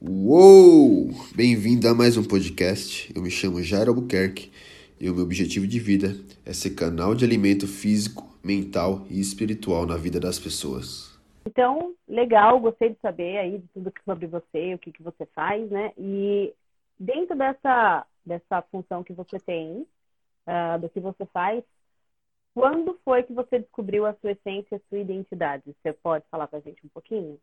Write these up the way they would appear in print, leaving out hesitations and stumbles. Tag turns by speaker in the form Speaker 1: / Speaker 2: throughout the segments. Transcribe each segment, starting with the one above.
Speaker 1: Uou! Bem-vindo a mais um podcast. Eu me chamo Jairo Albuquerque e o meu objetivo de vida é ser canal de alimento físico, mental e espiritual na vida das pessoas.
Speaker 2: Então, legal, gostei de saber aí de tudo sobre você, o que que você faz, né? E dentro dessa função que você tem, do que você faz, quando foi que você descobriu a sua essência, a sua identidade? Você pode falar pra gente um pouquinho?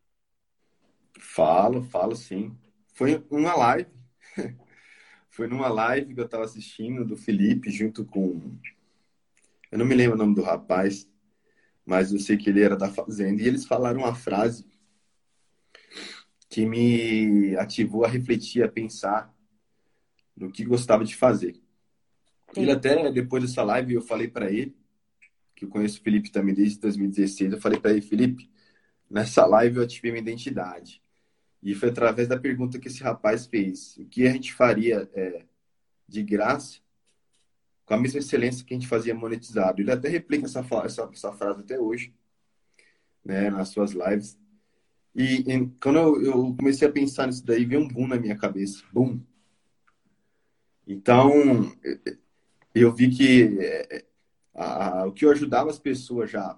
Speaker 3: Falo sim. Foi uma live. Foi numa live que eu estava assistindo do Felipe junto com. Eu não me lembro o nome do rapaz, mas eu sei que ele era da Fazenda. E eles falaram uma frase que me ativou a refletir, a pensar no que gostava de fazer. Ele
Speaker 2: Sim.
Speaker 3: até, depois dessa live, eu falei para ele, que eu conheço o Felipe também desde 2016, eu falei para ele, Felipe, nessa live eu ativei minha identidade. E foi através da pergunta que esse rapaz fez. O que a gente faria de graça com a mesma excelência que a gente fazia monetizado. Ele até replica essa frase até hoje, né, nas suas lives. E quando eu comecei a pensar nisso daí, veio um boom na minha cabeça. Boom! Então, eu vi que o que eu ajudava as pessoas já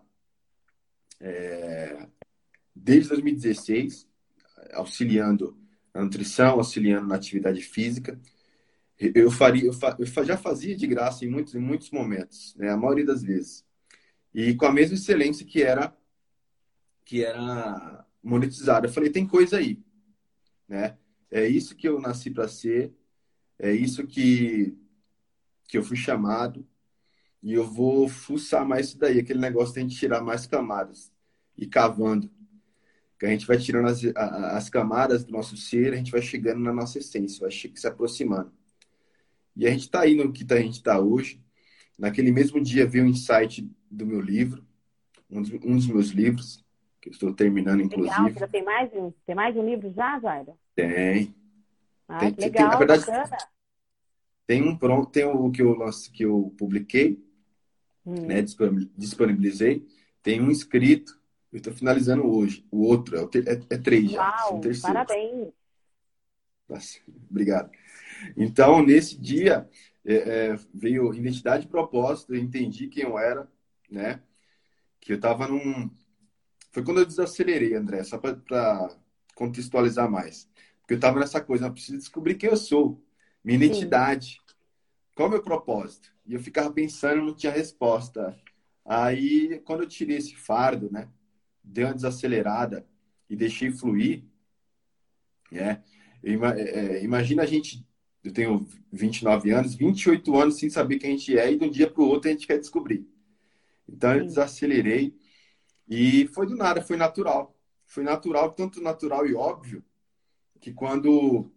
Speaker 3: desde 2016, auxiliando na nutrição, auxiliando na atividade física, eu já fazia de graça em muitos momentos, né, a maioria das vezes. E com a mesma excelência que era monetizado. Eu falei, tem coisa aí, né? É isso que eu nasci para ser, é isso que eu fui chamado e eu vou fuçar mais isso daí. Aquele negócio tem que tirar mais camadas e cavando. Que a gente vai tirando as camadas do nosso ser, a gente vai chegando na nossa essência, vai se aproximando. E a gente está aí no que a gente está hoje. Naquele mesmo dia veio o insight do meu livro, um dos meus livros, que eu estou terminando,
Speaker 2: Legal, você
Speaker 3: inclusive.
Speaker 2: já tem mais de um livro já, Zaira?
Speaker 3: Tem,
Speaker 2: Ah, que
Speaker 3: na
Speaker 2: legal,
Speaker 3: verdade,
Speaker 2: bacana.
Speaker 3: tem um pronto, tem o que eu que eu publiquei, né,
Speaker 2: Hum.
Speaker 3: disponibilizei, tem um inscrito, eu estou finalizando hoje. O outro é três já, esse é o
Speaker 2: Uau,
Speaker 3: terceiro.
Speaker 2: parabéns.
Speaker 3: Nossa, obrigado. Então, nesse dia, veio identidade e propósito, eu entendi quem eu era, né? Que eu estava num. Foi quando eu desacelerei, André, só para contextualizar mais. Porque eu estava nessa coisa, eu preciso descobrir quem eu sou, minha
Speaker 2: Sim.
Speaker 3: identidade. Qual é o meu propósito? E eu ficava pensando, não tinha resposta. Aí, quando eu tirei esse fardo, né? Dei uma desacelerada e deixei fluir, né? Imagina a gente, eu tenho 29 anos, 28 anos sem saber quem a gente é e de um dia para o outro a gente quer descobrir. Então, eu
Speaker 2: Sim.
Speaker 3: desacelerei e foi do nada, foi natural. Foi natural, tanto natural e óbvio, que quando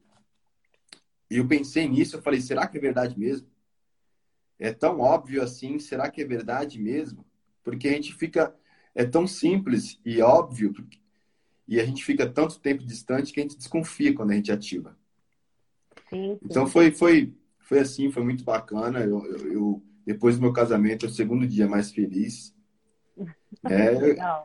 Speaker 3: eu pensei nisso, eu falei, será que é verdade mesmo? É tão óbvio assim, será que é verdade mesmo? Porque a gente fica, é tão simples e óbvio, e a gente fica tanto tempo distante que a gente desconfia quando a gente ativa.
Speaker 2: Sim,
Speaker 3: Então
Speaker 2: sim.
Speaker 3: foi assim, foi muito bacana. Depois do meu casamento, é o segundo dia mais feliz. É,
Speaker 2: Legal.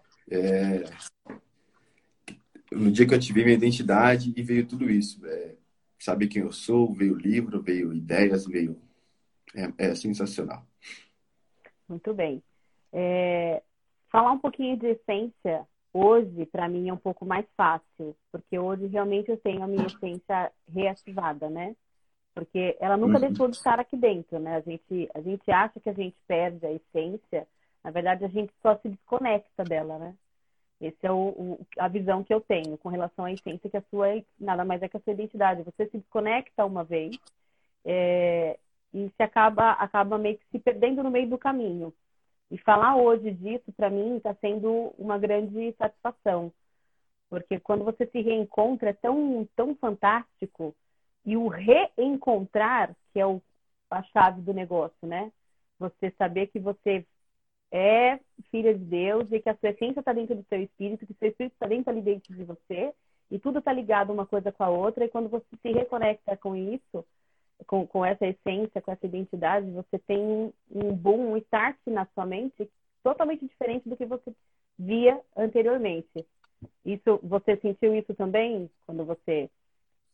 Speaker 3: no dia que eu ativei minha identidade e veio tudo isso. Saber quem eu sou, veio livro, veio ideias, veio. É sensacional.
Speaker 2: Muito bem. É, falar um pouquinho de essência hoje, para mim, é um pouco mais fácil, porque hoje realmente eu tenho a minha essência reativada, né? Porque ela nunca
Speaker 3: Uhum.
Speaker 2: deixou de estar aqui dentro, né? A gente acha que a gente perde a essência, na verdade, a gente só se desconecta dela, né? Essa é a visão que eu tenho com relação à essência, que a sua nada mais é que a sua identidade. Você se desconecta uma vez, é, e se acaba meio que se perdendo no meio do caminho. E falar hoje disso, para mim, está sendo uma grande satisfação. Porque quando você se reencontra, é tão, tão fantástico. E o reencontrar, que é a chave do negócio, né? Você saber que você é filha de Deus e que a sua essência está dentro do seu espírito, que o seu espírito está dentro ali dentro de você. E tudo está ligado uma coisa com a outra. E quando você se reconecta com isso, com essa essência, com essa identidade, você tem um boom, um start na sua mente totalmente diferente do que você via anteriormente. Isso, você sentiu isso também quando você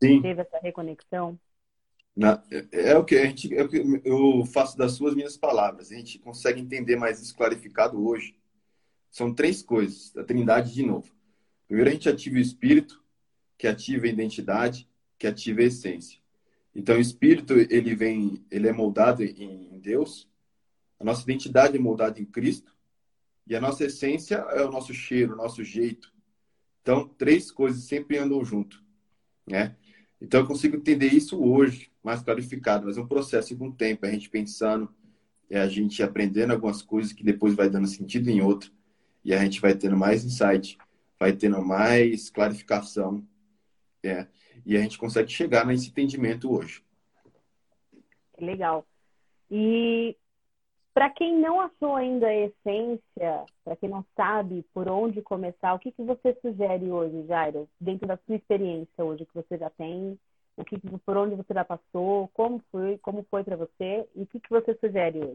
Speaker 3: Sim.
Speaker 2: Teve essa reconexão?
Speaker 3: É o que é o que eu faço das suas minhas palavras. A gente consegue entender mais isso clarificado hoje. São três coisas, a Trindade de novo. Primeiro a gente ativa o espírito, que ativa a identidade, que ativa a essência. Então o espírito, ele é moldado em Deus, a nossa identidade é moldada em Cristo e a nossa essência é o nosso cheiro, o nosso jeito. Então, três coisas sempre andam junto, né? Então eu consigo entender isso hoje, mais clarificado, mas é um processo com o tempo, a gente pensando, a gente aprendendo algumas coisas que depois vai dando sentido em outro, e a gente vai tendo mais insight, vai tendo mais clarificação, é, e a gente consegue chegar nesse entendimento hoje.
Speaker 2: Legal. E para quem não achou ainda a essência, para quem não sabe por onde começar, o que que você sugere hoje, Jairo, dentro da sua experiência hoje que você já tem, por onde você já passou, como foi para você e o que que você sugere hoje?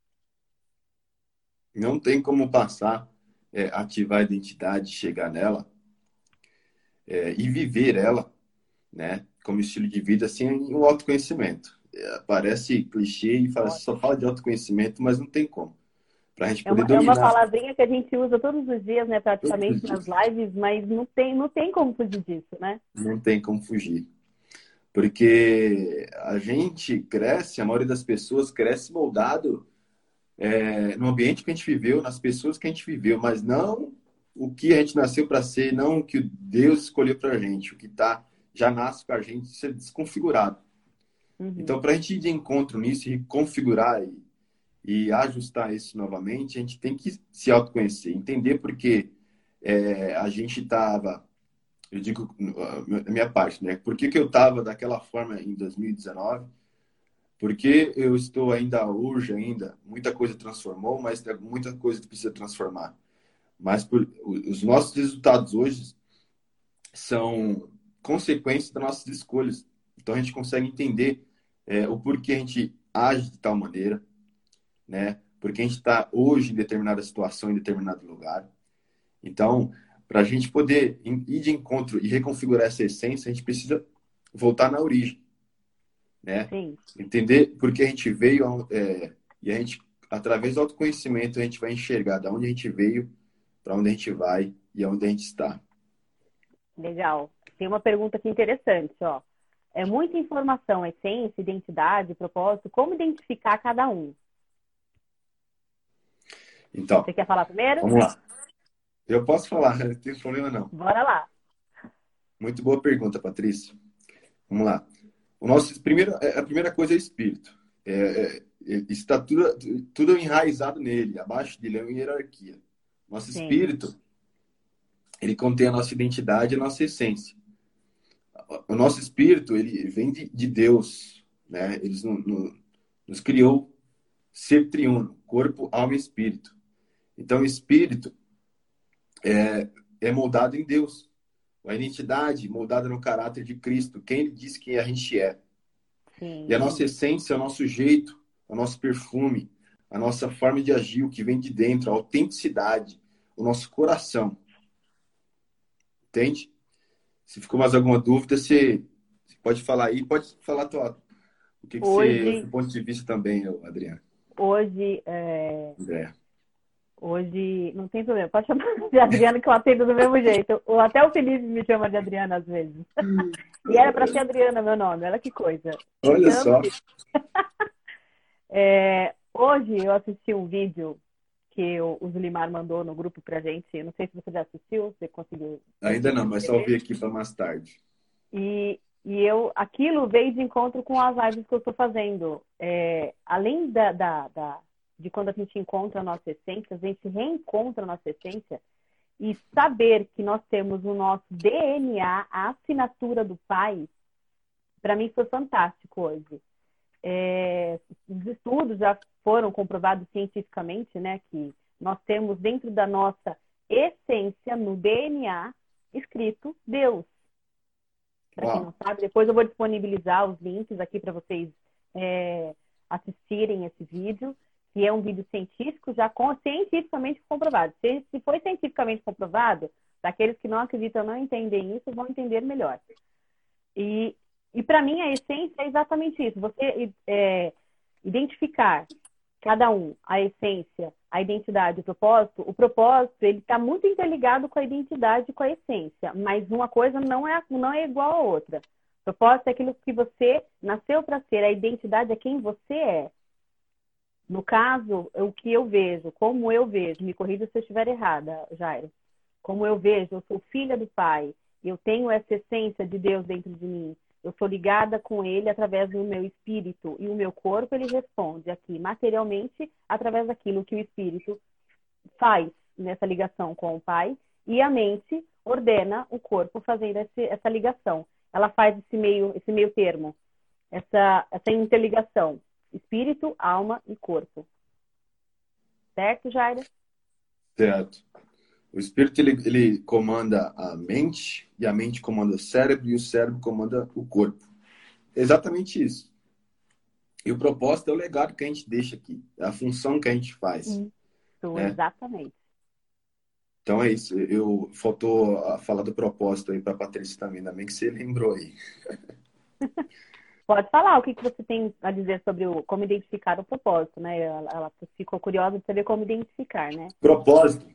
Speaker 3: Não tem como passar, ativar a identidade, chegar nela, e viver ela, né, como estilo de vida sem o autoconhecimento. Parece clichê e só fala de autoconhecimento, mas não tem como. Para a gente poder
Speaker 2: É uma
Speaker 3: dominar
Speaker 2: palavrinha que a gente usa todos os dias, né,
Speaker 3: todos
Speaker 2: praticamente
Speaker 3: os
Speaker 2: nas
Speaker 3: dias.
Speaker 2: lives, mas não tem como fugir disso, né?
Speaker 3: Não tem como fugir. Porque a gente cresce, a maioria das pessoas cresce moldado no ambiente que a gente viveu, nas pessoas que a gente viveu, mas não o que a gente nasceu para ser, não o que Deus escolheu para a gente, o que já nasce com a gente ser desconfigurado. Então,
Speaker 2: Uhum.
Speaker 3: para a gente ir de encontro nisso e configurar e ajustar isso novamente, a gente tem que se autoconhecer, entender porque a gente estava, eu digo a minha parte, né? Por que eu estava daquela forma em 2019? Porque eu estou ainda hoje, ainda, muita coisa transformou, mas tem muita coisa que precisa transformar. Mas os nossos resultados hoje são consequência das nossas escolhas. Então a gente consegue entender o porquê a gente age de tal maneira, né? Porque a gente está hoje em determinada situação, em determinado lugar. Então, para a gente poder ir de encontro e reconfigurar essa essência, a gente precisa voltar na origem, né?
Speaker 2: Sim,
Speaker 3: Entender por que a gente veio e a gente, através do autoconhecimento, a gente vai enxergar de onde a gente veio, para onde a gente vai e aonde a gente está.
Speaker 2: legal. Tem uma pergunta aqui interessante, ó. É muita informação, essência, identidade, propósito. Como identificar cada um?
Speaker 3: Então,
Speaker 2: Você quer falar primeiro?
Speaker 3: vamos lá. Eu posso falar, não tem problema não.
Speaker 2: Bora lá.
Speaker 3: Muito boa pergunta, Patrícia. Vamos lá. A primeira coisa é espírito. Está tudo enraizado nele. Abaixo dele é uma hierarquia. Nosso
Speaker 2: Sim,
Speaker 3: espírito, ele contém a nossa identidade e a nossa essência. O nosso espírito, ele vem de Deus, né? Ele nos criou ser triuno, corpo, alma e espírito. Então, o espírito é moldado em Deus. A identidade moldada no caráter de Cristo, quem ele diz que a gente é. E a nossa
Speaker 2: sim.
Speaker 3: essência, o nosso jeito, o nosso perfume, a nossa forma de agir, o que vem de dentro, a autenticidade, o nosso coração. Entende? Se ficou mais alguma dúvida, você pode falar aí, pode falar o que você,
Speaker 2: Hoje,
Speaker 3: do ponto de vista também, Adriano.
Speaker 2: hoje,
Speaker 3: André.
Speaker 2: hoje, não tem problema. Pode chamar de Adriana que eu atendo do mesmo jeito. Ou até o Felipe me chama de Adriana às vezes. E era para ser Adriana meu nome. Olha que coisa. Me
Speaker 3: Olha
Speaker 2: chama.
Speaker 3: só.
Speaker 2: Hoje eu assisti um vídeo que o Zulimar mandou no grupo pra gente. Eu não sei se você já assistiu, você conseguiu ver
Speaker 3: Ainda
Speaker 2: sem
Speaker 3: não, mas só
Speaker 2: perceber.
Speaker 3: vi aqui para mais tarde.
Speaker 2: Aquilo veio de encontro com as lives que eu estou fazendo. Além de quando a gente encontra a nossa essência, a gente reencontra a nossa essência e saber que nós temos o nosso DNA, a assinatura do Pai, para mim foi fantástico hoje. Os estudos já foram comprovados cientificamente, né, que nós temos dentro da nossa essência, no DNA, escrito Deus. Para quem
Speaker 3: Uau.
Speaker 2: não sabe, depois eu vou disponibilizar os links aqui para vocês assistirem esse vídeo, que é um vídeo científico, cientificamente comprovado. Se foi cientificamente comprovado, daqueles que não acreditam, não entendem isso, vão entender melhor. E para mim a essência é exatamente isso. Você identificar cada um, a essência, a identidade, o propósito, ele está muito interligado com a identidade e com a essência, mas uma coisa não é igual à outra. O propósito é aquilo que você nasceu para ser, a identidade é quem você é. No caso, o que eu vejo, como eu vejo, me corrija se eu estiver errada, Jairo, como eu vejo, eu sou filha do Pai, eu tenho essa essência de Deus dentro de mim, eu sou ligada com Ele através do meu espírito, e o meu corpo, ele responde aqui materialmente através daquilo que o espírito faz nessa ligação com o Pai, e a mente ordena o corpo fazendo essa ligação. Ela faz esse meio termo, essa interligação, espírito, alma e corpo. Certo, Jairo?
Speaker 3: Certo. O espírito, ele comanda a mente, e a mente comanda o cérebro, e o cérebro comanda o corpo. É exatamente isso. E o propósito é o legado que a gente deixa aqui, é a função que a gente faz.
Speaker 2: Isso,
Speaker 3: Né?
Speaker 2: exatamente.
Speaker 3: Então é isso. Faltou falar do propósito aí para a Patrícia também, ainda bem que você lembrou aí.
Speaker 2: Pode falar o que você tem a dizer sobre como identificar o propósito, né? Ela ficou curiosa de saber como identificar, né?
Speaker 3: Propósito.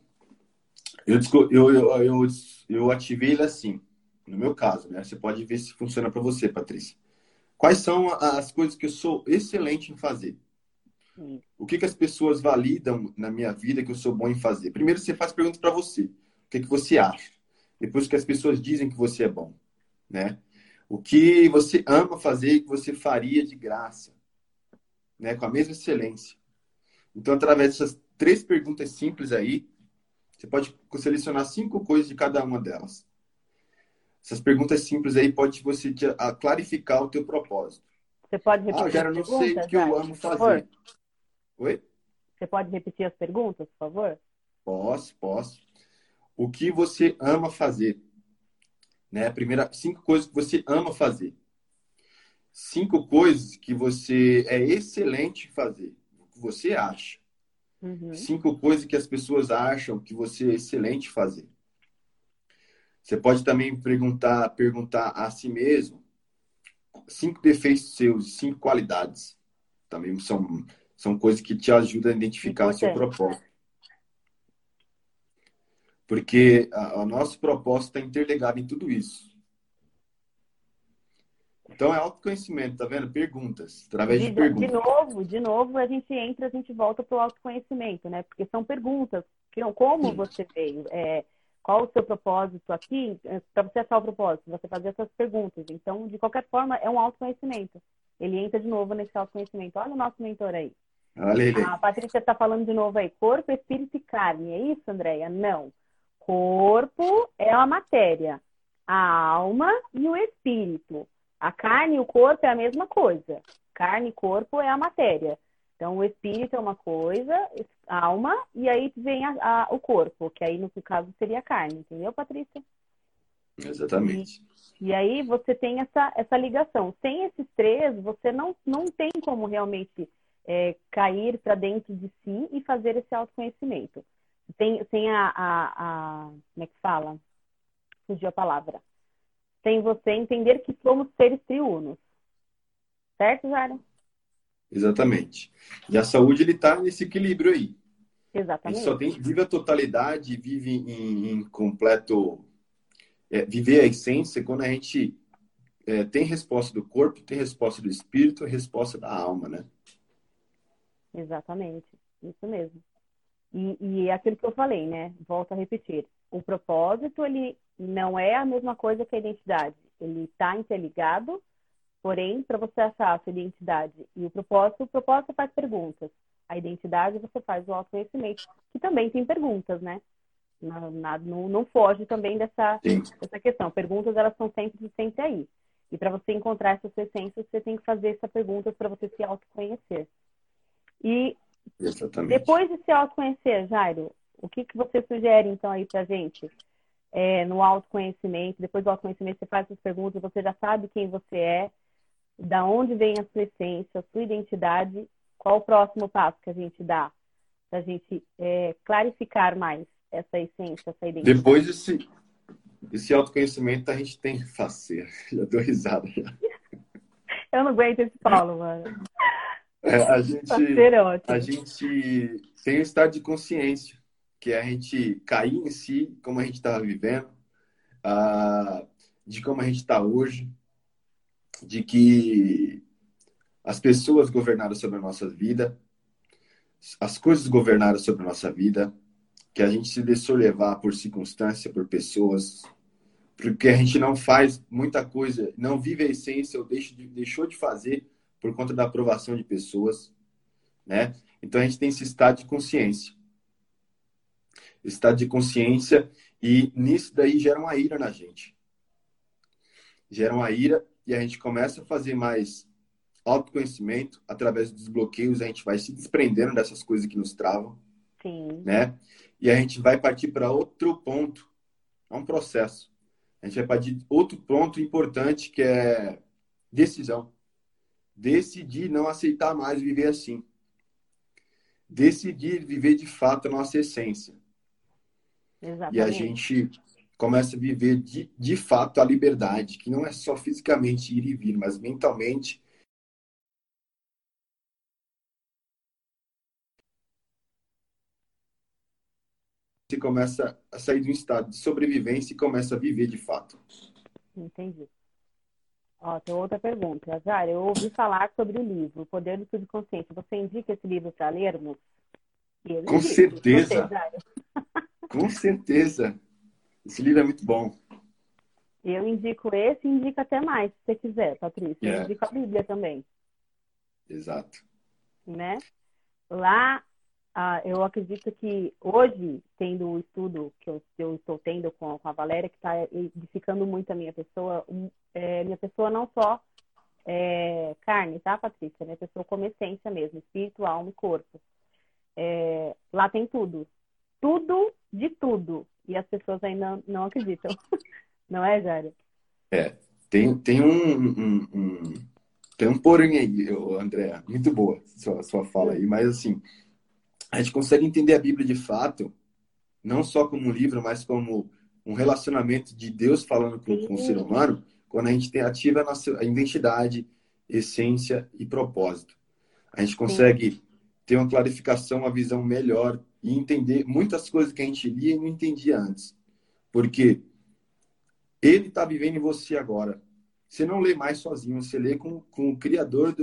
Speaker 3: Eu ativei ele assim, no meu caso, né? Você pode ver se funciona para você, Patrícia. Quais são as coisas que eu sou excelente em fazer? O que as pessoas validam na minha vida que eu sou bom em fazer? Primeiro você faz perguntas para você. O que você acha? Depois o que as pessoas dizem que você é bom, né? O que você ama fazer e que você faria de graça, né? Com a mesma excelência. Então, através dessas 3 perguntas simples aí, você pode selecionar 5 coisas de cada uma delas. Essas perguntas simples aí pode você clarificar o teu propósito.
Speaker 2: Você pode repetir
Speaker 3: Jairo,
Speaker 2: as
Speaker 3: eu não sei o
Speaker 2: perguntas,
Speaker 3: que eu
Speaker 2: Jairo,
Speaker 3: amo
Speaker 2: por favor?
Speaker 3: fazer. Oi?
Speaker 2: Você pode repetir as perguntas, por favor?
Speaker 3: Posso. O que você ama fazer? Né? Primeira, 5 coisas que você ama fazer. 5 coisas que você é excelente em fazer. O que você acha. 5 coisas que as pessoas acham que você é excelente em fazer. Você pode também perguntar a si mesmo 5 defeitos seus, 5 qualidades. Também são coisas que te ajudam a identificar o seu
Speaker 2: Importante.
Speaker 3: propósito. Porque o nosso propósito está interligado em tudo isso. Então é autoconhecimento, tá vendo? Perguntas, através de perguntas.
Speaker 2: De novo, a gente volta para o autoconhecimento, né? Porque são perguntas. Como você veio? Qual o seu propósito aqui? Para você achar o propósito, você fazer essas perguntas. Então, de qualquer forma, é um autoconhecimento. Ele entra de novo nesse autoconhecimento. Olha o nosso mentor aí.
Speaker 3: Olha ele.
Speaker 2: A Patrícia está falando de novo aí. Corpo, espírito e carne. É isso, Andréia? Não. Corpo é a matéria. A alma e o espírito. A carne e o corpo é a mesma coisa. Carne e corpo é a matéria. Então, o espírito é uma coisa, a alma, e aí vem o corpo, que aí, no caso, seria a carne. Entendeu, Patrícia?
Speaker 3: Exatamente.
Speaker 2: E aí você tem essa ligação. Sem esses 3, você não tem como realmente cair para dentro de si e fazer esse autoconhecimento. Sem como é que fala? Fugiu a palavra. Sem você entender que somos seres triunos. Certo, Jairo?
Speaker 3: Exatamente. E a saúde, ele está nesse equilíbrio aí.
Speaker 2: Exatamente.
Speaker 3: A gente vive a totalidade, vive em completo... viver a essência quando a gente tem resposta do corpo, tem resposta do espírito, resposta da alma, né?
Speaker 2: Exatamente. Isso mesmo. E é aquilo que eu falei, né? Volto a repetir. O propósito, ele não é a mesma coisa que a identidade. Ele está interligado, porém, para você achar a sua identidade e o propósito faz perguntas. A identidade você faz o autoconhecimento, que também tem perguntas, né? Não foge também dessa questão. Perguntas, elas são sempre aí. E para você encontrar essa sua essência, você tem que fazer essas perguntas para você se autoconhecer. E
Speaker 3: Exatamente.
Speaker 2: Depois de se autoconhecer, Jairo, o que você sugere, então, aí pra gente? No autoconhecimento, depois do autoconhecimento, você faz essas perguntas, você já sabe quem você é, da onde vem a sua essência, a sua identidade, qual o próximo passo que a gente dá pra gente clarificar mais essa essência, essa identidade?
Speaker 3: esse autoconhecimento a gente tem que fazer. Já dou risada. Já.
Speaker 2: Eu não aguento esse Paulo, mano.
Speaker 3: A
Speaker 2: Fazer é
Speaker 3: a
Speaker 2: ótimo.
Speaker 3: gente tem um estado de consciência, que é a gente cair em si, como a gente estava vivendo, ah, de como a gente está hoje, de que as pessoas governaram sobre a nossa vida, as coisas governaram sobre a nossa vida, que a gente se deixou levar por circunstância, por pessoas, porque a gente não faz muita coisa, não vive a essência ou deixou de fazer por conta da aprovação de pessoas, né? Então a gente tem esse estado de consciência e nisso daí gera uma ira na gente. Gera uma ira e a gente começa a fazer mais autoconhecimento através dos bloqueios, a gente vai se desprendendo dessas coisas que nos travam,
Speaker 2: Sim,
Speaker 3: né? E a gente vai partir para outro ponto, é um processo. A gente vai partir de outro ponto importante que é decisão. Decidir não aceitar mais viver assim. Decidir viver de fato a nossa essência. E a
Speaker 2: exatamente.
Speaker 3: gente começa a viver de fato a liberdade, que não é só fisicamente ir e vir, mas mentalmente. Você começa a sair de um estado de sobrevivência e começa a viver de fato.
Speaker 2: Entendi. Ó, tem outra pergunta. Azar, eu ouvi falar sobre o livro O Poder do Subconsciente. Você indica esse livro para lermos? Eu
Speaker 3: Com
Speaker 2: indico. Você,
Speaker 3: certeza,
Speaker 2: Zara?
Speaker 3: com certeza. Esse livro é muito bom.
Speaker 2: Eu indico esse e indico até mais, se você quiser, Patrícia. Eu
Speaker 3: É,
Speaker 2: indico a Bíblia também,
Speaker 3: exato.
Speaker 2: né? Lá, eu acredito que hoje, tendo o estudo que eu estou tendo com a Valéria, que está edificando muito a minha pessoa não só carne, tá, Patrícia? Minha pessoa como essência mesmo, espírito, alma e corpo. Lá tem tudo. Tudo de tudo. E as pessoas ainda não acreditam. Não é, Jário?
Speaker 3: É, tem um porém aí, André. Muito boa sua fala aí, mas assim, a gente consegue entender a Bíblia de fato, não só como um livro, mas como um relacionamento de Deus falando com o ser
Speaker 2: Sim,
Speaker 3: humano, quando a gente ativa a nossa identidade, essência e propósito. A gente
Speaker 2: sim,
Speaker 3: consegue ter uma clarificação, uma visão melhor e entender muitas coisas que a gente lia e não entendia antes. Porque ele está vivendo em você agora. Você não lê mais sozinho, você lê com o criador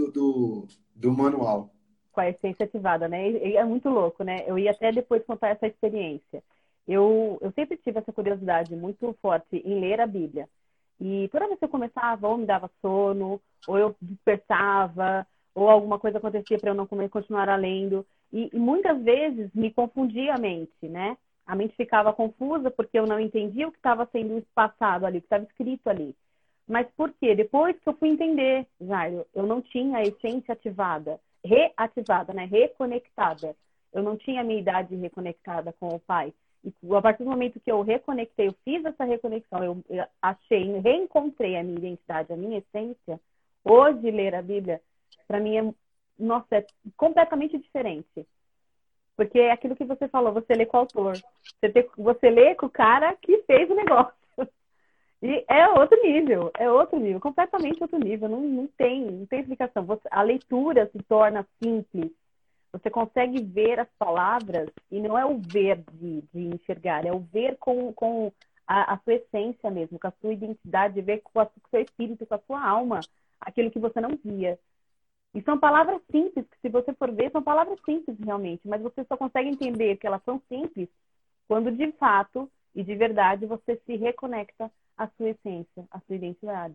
Speaker 3: do manual.
Speaker 2: com a essência ativada, né? E é muito louco, né? Eu ia até depois contar essa experiência. Eu sempre tive essa curiosidade muito forte em ler a Bíblia. E toda vez que eu começava, ou me dava sono, ou eu dispersava, ou alguma coisa acontecia para eu não continuar lendo. E muitas vezes me confundia a mente, né? A mente ficava confusa porque eu não entendia o que estava sendo passado ali, o que estava escrito ali. Mas por quê? Depois que eu fui entender, Jairo, eu não tinha a essência ativada, reativada, né? Reconectada. Eu não tinha a minha idade reconectada com o Pai. E a partir do momento que eu reconectei, eu fiz essa reconexão, eu achei, reencontrei a minha identidade, a minha essência. Hoje, ler a Bíblia, para mim, nossa, é completamente diferente. Porque é aquilo que você falou, você lê com o autor. Você lê com o cara que fez o negócio. E é outro nível, completamente outro nível. Não tem explicação. A leitura se torna simples. Você consegue ver as palavras e não é o ver de enxergar, é o ver com a sua essência mesmo, com a sua identidade, ver com o seu espírito, com a sua alma, aquilo que você não via. E são palavras simples, que se você for ver, são palavras simples realmente, mas você só consegue entender que elas são simples quando de fato e de verdade você se reconecta à sua essência, à sua identidade.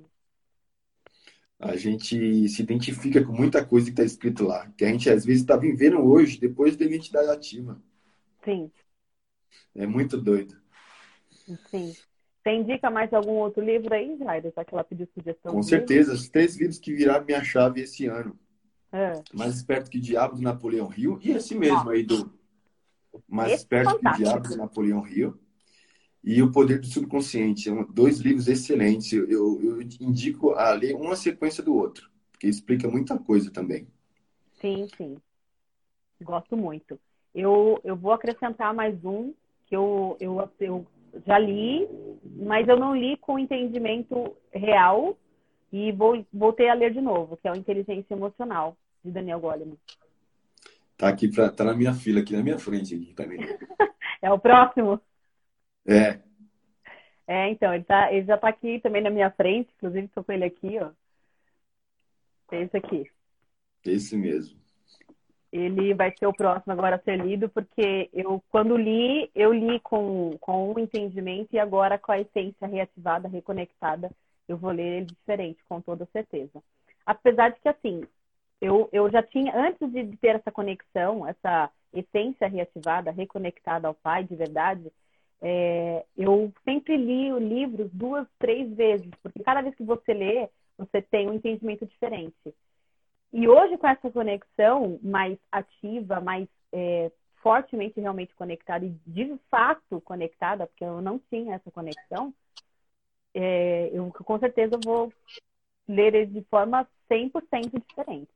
Speaker 3: A gente se identifica com muita coisa que está escrito lá, que a gente às vezes está vivendo hoje, depois da identidade ativa.
Speaker 2: Sim,
Speaker 3: É muito doido.
Speaker 2: sim. Você indica mais algum outro livro aí, Jair? Já que ela pediu sugestão
Speaker 3: Com
Speaker 2: de livro?
Speaker 3: certeza, os 3 livros que viraram minha chave esse ano.
Speaker 2: Ah,
Speaker 3: Mais Esperto que o Diabo, do Napoleão Hill, e esse mesmo
Speaker 2: nossa,
Speaker 3: aí do Mais
Speaker 2: esse é
Speaker 3: Esperto que o Diabo,
Speaker 2: fantástico.
Speaker 3: do Napoleão Hill. E O Poder do Subconsciente. São 2 livros excelentes. Eu indico a ler uma sequência do outro, porque explica muita coisa também.
Speaker 2: Sim, sim. Gosto muito. Eu vou acrescentar mais um que eu já li, mas eu não li com entendimento real e voltei a ler de novo, que é o Inteligência Emocional, de Daniel Goleman.
Speaker 3: Tá aqui, tá na minha fila, aqui na minha frente, aqui pra mim.
Speaker 2: É o próximo?
Speaker 3: É,
Speaker 2: Então, ele já tá aqui também na minha frente, inclusive estou com ele aqui, ó. É esse aqui.
Speaker 3: esse mesmo.
Speaker 2: Ele vai ser o próximo agora a ser lido, porque quando li, eu li com um entendimento e agora com a essência reativada, reconectada, eu vou ler ele diferente, com toda certeza. Apesar de que, assim, eu já tinha, antes de ter essa conexão, essa essência reativada, reconectada ao Pai de verdade, eu sempre li livros 2, 3 vezes, porque cada vez que você lê, você tem um entendimento diferente. E hoje, com essa conexão mais ativa, mais fortemente realmente conectada, e de fato conectada, porque eu não tinha essa conexão, eu com certeza vou ler ele de forma 100% diferente.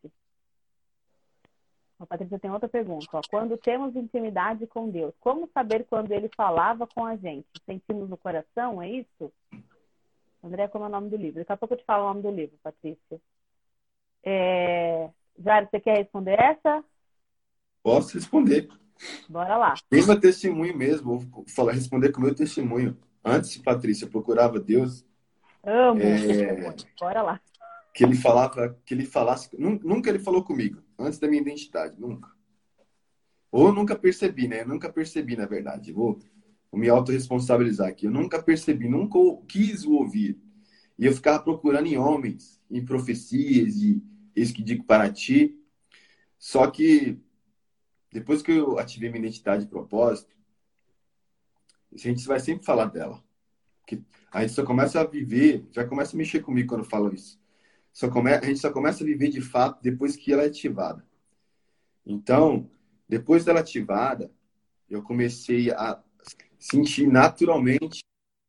Speaker 2: A Patrícia tem outra pergunta. Ó. Quando temos intimidade com Deus, como saber quando Ele falava com a gente? Sentimos no coração, é isso? André, como é o nome do livro? Daqui a pouco eu te falo o nome do livro, Patrícia. Jair, você quer responder essa?
Speaker 3: Posso responder.
Speaker 2: Bora lá.
Speaker 3: Tem meu testemunho mesmo, vou responder com o meu testemunho. Antes, Patrícia, eu procurava Deus.
Speaker 2: Amo testemunho. Bora lá.
Speaker 3: Que ele falasse. Nunca ele falou comigo, antes da minha identidade, nunca. Ou eu nunca percebi, né? Eu nunca percebi, na verdade. Vou me autorresponsabilizar aqui. Eu nunca percebi, nunca quis o ouvir. E eu ficava procurando em homens, em profecias, e eis que digo para ti. Só que depois que eu ativei minha identidade de propósito, a gente vai sempre falar dela. Que a gente só começa a viver, já começa a mexer comigo quando eu falo isso. A gente só começa a viver de fato depois que ela é ativada. Então, depois dela ativada, eu comecei a sentir naturalmente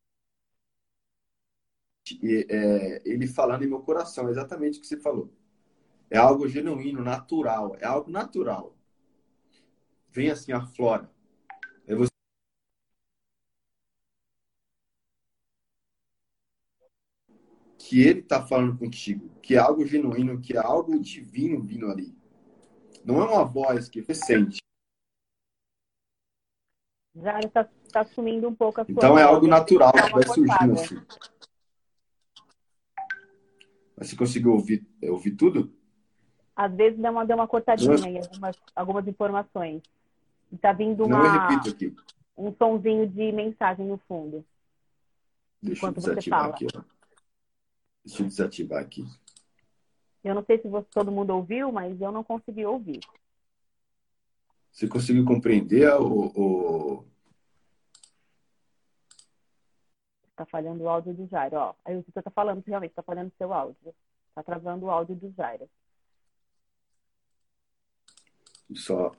Speaker 3: ele falando em meu coração, exatamente o que você falou. É algo genuíno, natural, é algo natural. Vem assim, aflora. É você que ele está falando contigo, que é algo genuíno, que é algo divino vindo ali. Não é uma voz que você sente.
Speaker 2: Já está sumindo um pouco a sua
Speaker 3: Então é
Speaker 2: voz.
Speaker 3: algo natural que vai surgindo
Speaker 2: cortada.
Speaker 3: assim. Mas você conseguiu ouvir tudo?
Speaker 2: Às vezes deu uma cortadinha em algumas informações. E tá vindo
Speaker 3: Não, eu repito aqui.
Speaker 2: um sonzinho de mensagem no fundo.
Speaker 3: Deixa eu
Speaker 2: Enquanto você
Speaker 3: desativar
Speaker 2: fala.
Speaker 3: aqui. Ó. Deixa eu desativar aqui.
Speaker 2: Eu não sei se todo mundo ouviu, mas eu não consegui ouvir.
Speaker 3: Você conseguiu compreender o...
Speaker 2: Tá falhando o áudio do Jairo, ó. Aí você tá falando que realmente tá falhando o seu áudio. Tá travando o áudio do Jairo.
Speaker 3: Só...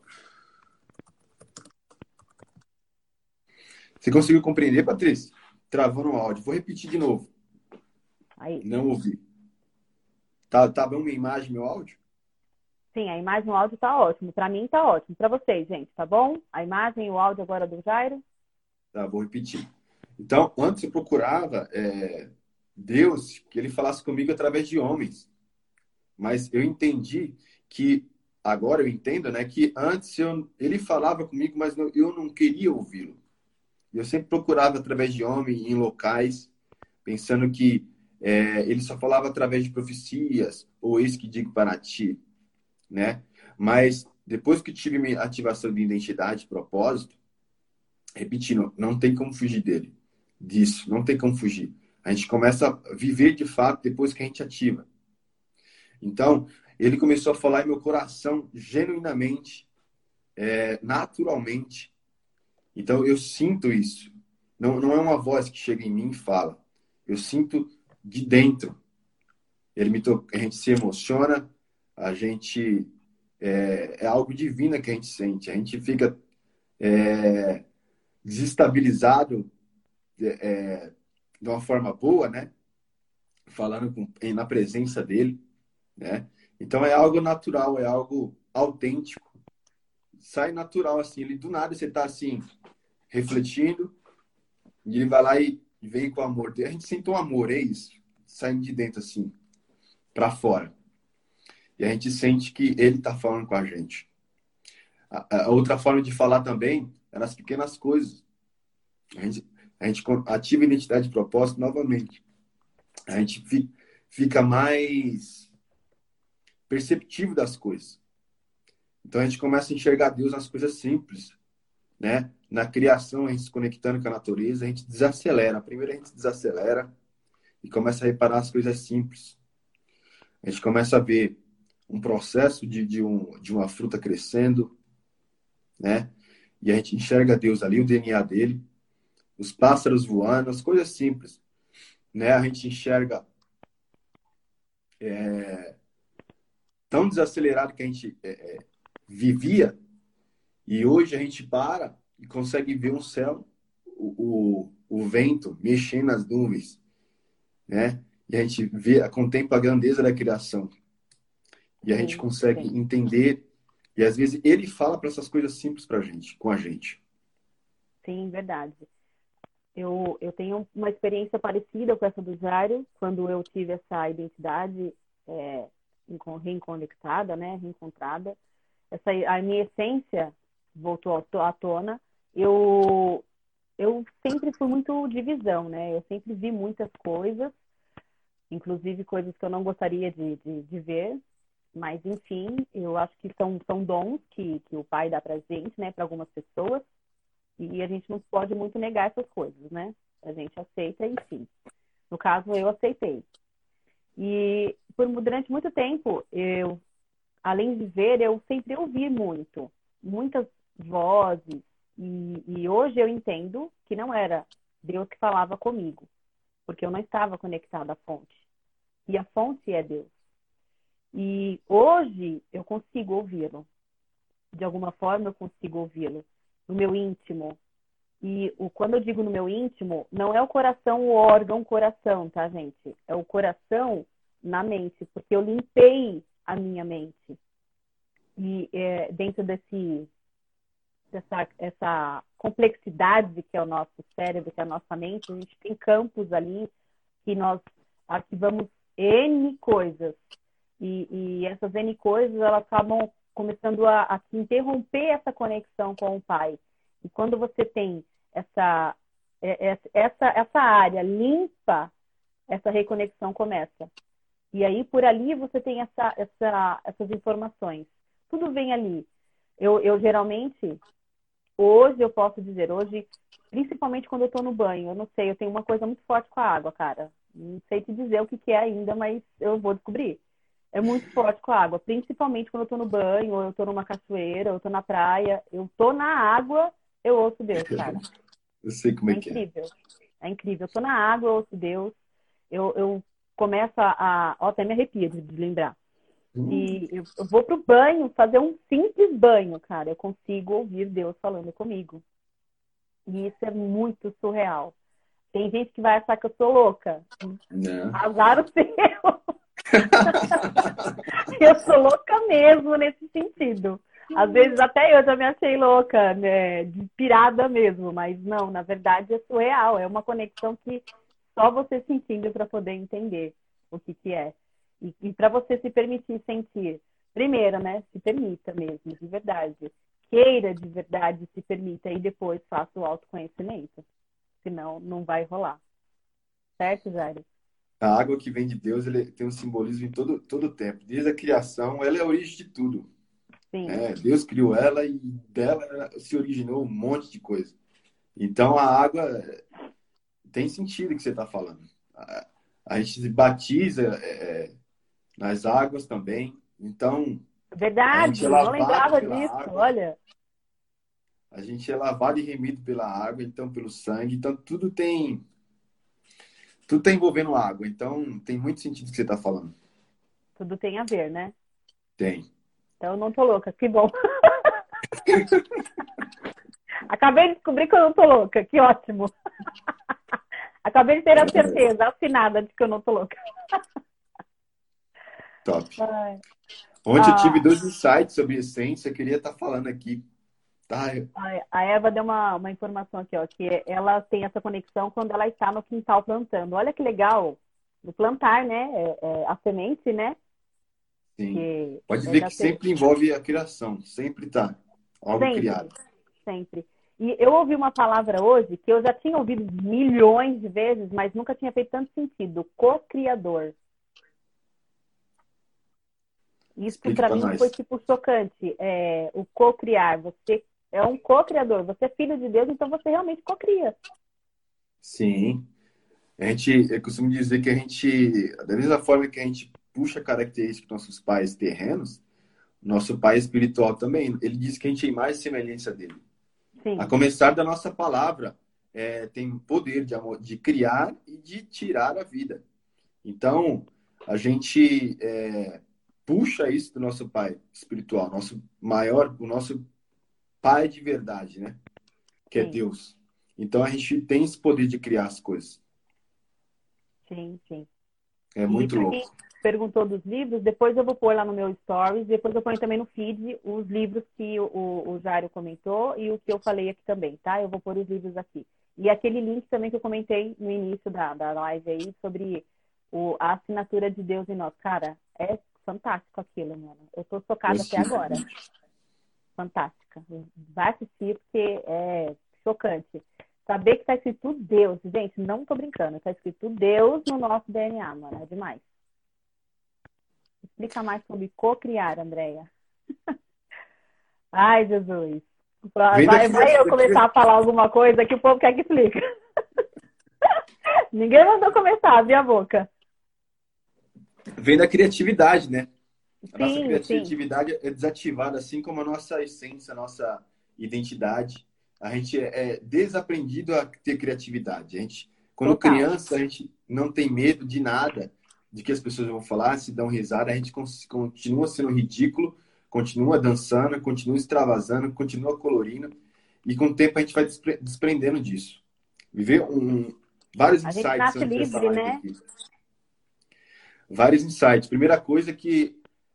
Speaker 3: Você conseguiu compreender, Patrícia? Travando o áudio. Vou repetir de novo.
Speaker 2: Aí.
Speaker 3: Não ouvi. Tá bom minha imagem, meu áudio?
Speaker 2: Sim, a imagem e o áudio tá ótimo. Pra mim tá ótimo. Pra vocês, gente, tá bom? A imagem e o áudio agora do Jairo?
Speaker 3: Tá, vou repetir. Então, antes eu procurava Deus que ele falasse comigo através de homens. Mas eu entendi que, agora eu entendo, né, que antes ele falava comigo, mas eu não queria ouvi-lo. Eu sempre procurava através de homem, em locais, pensando que ele só falava através de profecias, ou eis que digo para ti, né? Mas depois que tive minha ativação de identidade, propósito, repetindo, não tem como fugir disso, não tem como fugir. A gente começa a viver de fato depois que a gente ativa. Então, ele começou a falar em meu coração genuinamente, naturalmente. Então, eu sinto isso. Não é uma voz que chega em mim e fala. Eu sinto de dentro. A gente se emociona, a gente... É algo divino que a gente sente. A gente fica desestabilizado de uma forma boa, né? Falando na presença dele, né? Então, é algo natural, é algo autêntico. Sai natural, assim. Ele, do nada, você tá assim, refletindo, E ele vai lá e vem com o amor dele. A gente sente um amor, é isso. Saindo de dentro, assim, pra fora. E a gente sente que ele tá falando com a gente. A outra forma de falar também é nas pequenas coisas. A gente ativa a identidade de propósito novamente. A gente fica mais perceptivo das coisas. Então a gente começa a enxergar Deus nas coisas simples, né? Na criação, a gente se conectando com a natureza, a gente desacelera. Primeiro a gente desacelera e começa a reparar as coisas simples. A gente começa a ver um processo de uma fruta crescendo, né? E a gente enxerga Deus ali, o DNA dele, os pássaros voando, as coisas simples, né? A gente enxerga tão desacelerado que a gente vivia, e hoje a gente para e consegue ver um céu, o vento mexendo nas nuvens, né? E a gente contempla a grandeza da criação. E a gente consegue entender, e às vezes ele fala para essas coisas simples pra gente, com a gente.
Speaker 2: Sim, verdade. Eu tenho uma experiência parecida com essa do Jairo, quando eu tive essa identidade reenconectada, né? Reencontrada. A minha essência voltou à tona. Eu sempre fui muito de visão, né? Eu sempre vi muitas coisas, inclusive coisas que eu não gostaria de ver. Mas, enfim, eu acho que são dons que o Pai dá pra gente, né? Para algumas pessoas. E a gente não pode muito negar essas coisas, né? A gente aceita, enfim. No caso, eu aceitei. E durante muito tempo, além de ver, eu sempre ouvi muitas vozes. E hoje eu entendo que não era Deus que falava comigo, porque eu não estava conectada à fonte. E a fonte é Deus. E hoje eu consigo ouvi-lo. De alguma forma eu consigo ouvi-lo. No meu íntimo. E quando eu digo no meu íntimo, não é o coração, o órgão coração, tá, gente? É o coração na mente, porque eu limpei a minha mente. E dentro dessa complexidade que é o nosso cérebro, que é a nossa mente, a gente tem campos ali que nós arquivamos N coisas. E essas N coisas, elas acabam começando a interromper essa conexão com o Pai. E quando você tem essa área limpa, essa reconexão começa. E aí, por ali, você tem essas informações. Tudo vem ali. Eu geralmente, hoje eu posso dizer, principalmente quando eu estou no banho, eu não sei, eu tenho uma coisa muito forte com a água, cara. Não sei te dizer o que é ainda, mas eu vou descobrir. É muito forte com a água, principalmente quando eu tô no banho, ou eu tô numa cachoeira, ou eu tô na praia. Eu tô na água, eu ouço Deus, cara.
Speaker 3: Eu sei como é que é.
Speaker 2: Incrível. É incrível. Eu tô na água, eu ouço Deus. Eu começo até me arrepio de lembrar. E eu vou pro banho, fazer um simples banho, cara. Eu consigo ouvir Deus falando comigo. E isso é muito surreal. Tem gente que vai achar que eu sou louca.
Speaker 3: Não.
Speaker 2: Azar o seu. Eu sou louca mesmo nesse sentido. Às vezes até eu já me achei louca, né? De pirada mesmo, mas não, na verdade é surreal, é uma conexão que só você sentindo para poder entender o que é. E para você se permitir sentir, primeiro, né? Se permita mesmo, de verdade. Queira de verdade, se permita e depois faça o autoconhecimento. Senão não vai rolar. Certo, Jair?
Speaker 3: A água que vem de Deus, ele tem um simbolismo em todo o tempo. Desde a criação, ela é a origem de tudo.
Speaker 2: Sim.
Speaker 3: Deus criou ela e dela se originou um monte de coisa. Então, a água tem sentido o que você está falando. A gente se batiza nas águas também. Então, a gente
Speaker 2: Verdade,
Speaker 3: é
Speaker 2: não lembrava
Speaker 3: lavado pela
Speaker 2: disso,
Speaker 3: água.
Speaker 2: olha.
Speaker 3: A gente é lavado e remido pela água, então pelo sangue. Então, tudo tá envolvendo água. Então, tem muito sentido o que você está falando.
Speaker 2: Tudo tem a ver, né?
Speaker 3: Tem.
Speaker 2: Então eu não tô louca, que bom. Acabei de descobrir que eu não tô louca, que ótimo. Acabei de ter a certeza assinada de que eu não tô louca.
Speaker 3: Top.
Speaker 2: Ai.
Speaker 3: Ontem eu tive 2 insights sobre essência, eu queria estar falando aqui. Tá?
Speaker 2: A Eva deu uma informação aqui, ó, que ela tem essa conexão quando ela está no quintal plantando. Olha que legal, o plantar, né? A semente, né?
Speaker 3: Sim.
Speaker 2: Que
Speaker 3: Pode
Speaker 2: é
Speaker 3: ver
Speaker 2: da
Speaker 3: que sempre envolve a criação, sempre tá algo
Speaker 2: sempre,
Speaker 3: criado.
Speaker 2: sempre. E eu ouvi uma palavra hoje que eu já tinha ouvido milhões de vezes, mas nunca tinha feito tanto sentido. Co-criador. Isso
Speaker 3: Explique
Speaker 2: para
Speaker 3: para
Speaker 2: mim foi
Speaker 3: nós.
Speaker 2: tipo chocante. O co-criar. Você é um co-criador. Você é filho de Deus, então você realmente co-cria.
Speaker 3: Sim. Eu costumo dizer que a gente, da mesma forma que a gente puxa características dos nossos pais terrenos, nosso pai espiritual também, ele diz que a gente é imagem e semelhança dele. A
Speaker 2: Sim,
Speaker 3: começar da nossa palavra, tem poder de, amor, de criar e de tirar a vida. Então, a gente puxa isso do nosso pai espiritual, o nosso pai de verdade, né? Que é
Speaker 2: sim,
Speaker 3: Deus. Então, a gente tem esse poder de criar as coisas.
Speaker 2: sim, sim.
Speaker 3: É
Speaker 2: E
Speaker 3: muito
Speaker 2: para quem
Speaker 3: louco.
Speaker 2: perguntou dos livros, depois eu vou pôr lá no meu stories, depois eu ponho também no feed os livros que o Jário comentou e o que eu falei aqui também, tá? Eu vou pôr os livros aqui. E aquele link também que eu comentei no início da live aí sobre a assinatura de Deus em nós. Cara, é fantástico aquilo, mano. Eu tô
Speaker 3: Eu
Speaker 2: chocada até
Speaker 3: assisti esse
Speaker 2: agora.
Speaker 3: vídeo.
Speaker 2: Fantástica. Vai assistir porque é chocante. Saber que tá escrito Deus, gente, não tô brincando, tá escrito Deus no nosso DNA, mano, é demais. Explica mais sobre co-criar, Andréia. Ai, Jesus.
Speaker 3: Vem da,
Speaker 2: Vai eu começar a falar alguma coisa que o povo quer que explique. Ninguém mandou começar, abrir a boca.
Speaker 3: vem da criatividade, né? A nossa
Speaker 2: Sim, sim,
Speaker 3: criatividade é desativada, assim como a nossa essência, a nossa identidade. A gente é desaprendido a ter criatividade. A gente, quando
Speaker 2: total.
Speaker 3: criança, a gente não tem medo de nada, de que as pessoas vão falar, se dão risada, a gente continua sendo ridículo, continua dançando, continua extravasando, continua colorindo, e com o tempo a gente vai desprendendo disso. Viver vários
Speaker 2: A gente
Speaker 3: insights
Speaker 2: nasce
Speaker 3: antes dessa
Speaker 2: livre,
Speaker 3: live
Speaker 2: né?
Speaker 3: aqui. Vários insights. Primeira coisa que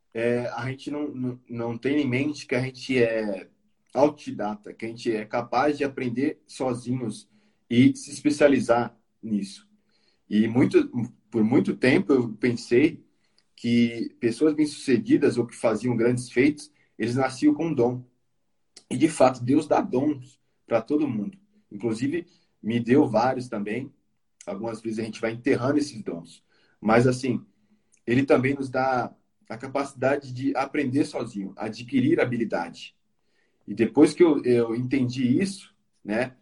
Speaker 3: a gente não tem em mente que a gente é autodidata, que a gente é capaz de aprender sozinhos e se especializar nisso. E por muito tempo eu pensei que pessoas bem-sucedidas ou que faziam grandes feitos, eles nasciam com um dom. E de fato, Deus dá dons para todo mundo. Inclusive, me deu vários também. Algumas vezes a gente vai enterrando esses dons. Mas assim, ele também nos dá a capacidade de aprender sozinho, adquirir habilidade. E depois que eu entendi isso, né,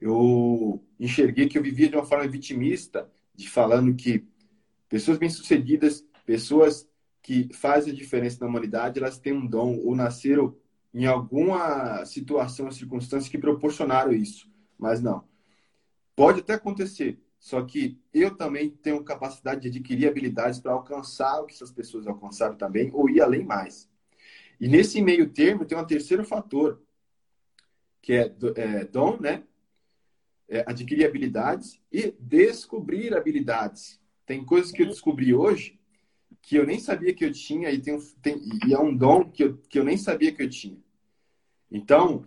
Speaker 3: eu enxerguei que eu vivia de uma forma vitimista, de falando que pessoas bem-sucedidas, pessoas que fazem a diferença na humanidade, elas têm um dom ou nasceram em alguma situação ou circunstância que proporcionaram isso. Mas não. Pode até acontecer, só que eu também tenho capacidade de adquirir habilidades para alcançar o que essas pessoas alcançaram também, ou ir além mais. E nesse meio termo tem um terceiro fator, que é dom, né? Adquirir habilidades e descobrir habilidades. Tem coisas que eu descobri hoje que eu nem sabia que eu tinha e é um dom que eu nem sabia que eu tinha. Então,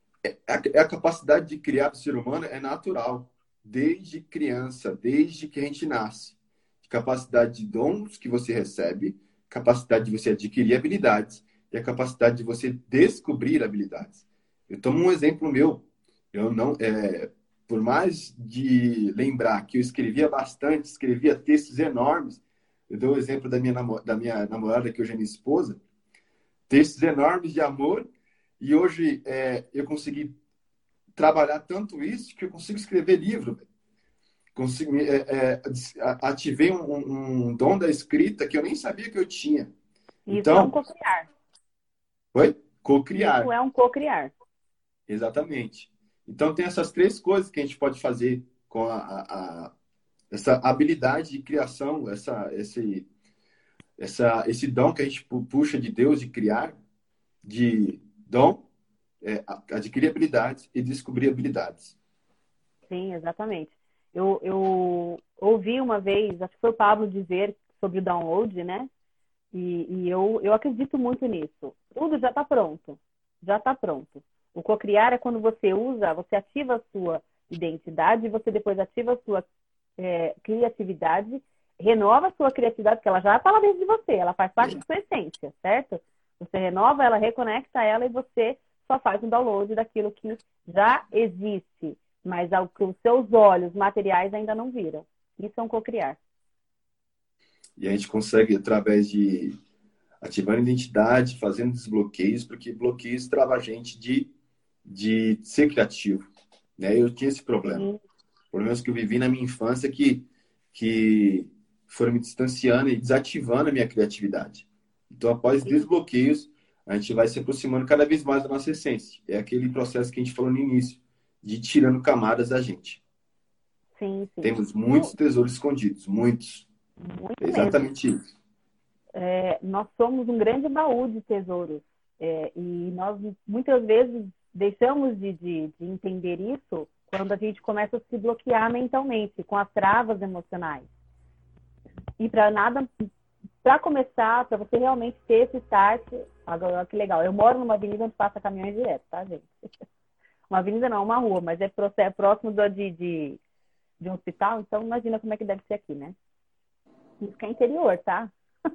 Speaker 3: a capacidade de criar do ser humano é natural, desde criança, desde que a gente nasce. Capacidade de dons que você recebe, capacidade de você adquirir habilidades e a capacidade de você descobrir habilidades. Eu tomo um exemplo meu. Eu não, por mais de lembrar que eu escrevia bastante, escrevia textos enormes. Eu dou o exemplo da minha namorada, que hoje é minha esposa, textos enormes de amor. E hoje eu consegui trabalhar tanto isso que eu consigo escrever livro. Consigo, ativei um dom da escrita que eu nem sabia que eu tinha.
Speaker 2: Isso é um
Speaker 3: Então,
Speaker 2: co-criar.
Speaker 3: foi
Speaker 2: Isso
Speaker 3: co-criar.
Speaker 2: é um co-criar.
Speaker 3: Exatamente. Então, tem essas três coisas que a gente pode fazer com essa habilidade de criação, esse dom que a gente puxa de Deus de criar, de dom, adquirir habilidades e descobrir habilidades.
Speaker 2: Sim, exatamente. Eu ouvi uma vez, acho que foi o Pablo dizer sobre o download, né? E eu acredito muito nisso. Tudo já está pronto. Já está pronto. O cocriar é quando você ativa a sua identidade e você depois ativa a sua criatividade, renova a sua criatividade, porque ela já está lá dentro de você, ela faz parte da sua essência, certo? Você renova ela, reconecta ela e você só faz um download daquilo que já existe, mas ao que os seus olhos materiais ainda não viram. Isso é um cocriar.
Speaker 3: E a gente consegue, através de ativando a identidade, fazendo desbloqueios, porque bloqueios trava a gente de ser criativo. Né? Eu tinha esse problema.
Speaker 2: Sim.
Speaker 3: Problemas que eu vivi na minha infância que foram me distanciando e desativando a minha criatividade. Então, após desbloqueios, a gente vai se aproximando cada vez mais da nossa essência. É aquele processo que a gente falou no início, de ir tirando camadas da gente.
Speaker 2: Sim, sim.
Speaker 3: Temos muitos tesouros escondidos, muitos.
Speaker 2: Muito
Speaker 3: É exatamente
Speaker 2: mesmo.
Speaker 3: isso.
Speaker 2: Nós somos um grande baú de tesouros. E nós, muitas vezes, deixamos de entender isso quando a gente começa a se bloquear mentalmente, com as travas emocionais. E para começar, para você realmente ter esse start, agora que legal, eu moro numa avenida onde passa caminhões direto, tá, gente? Uma avenida não, uma rua, mas é próximo de um hospital, então imagina como é que deve ser aqui, né? Isso que é interior, tá?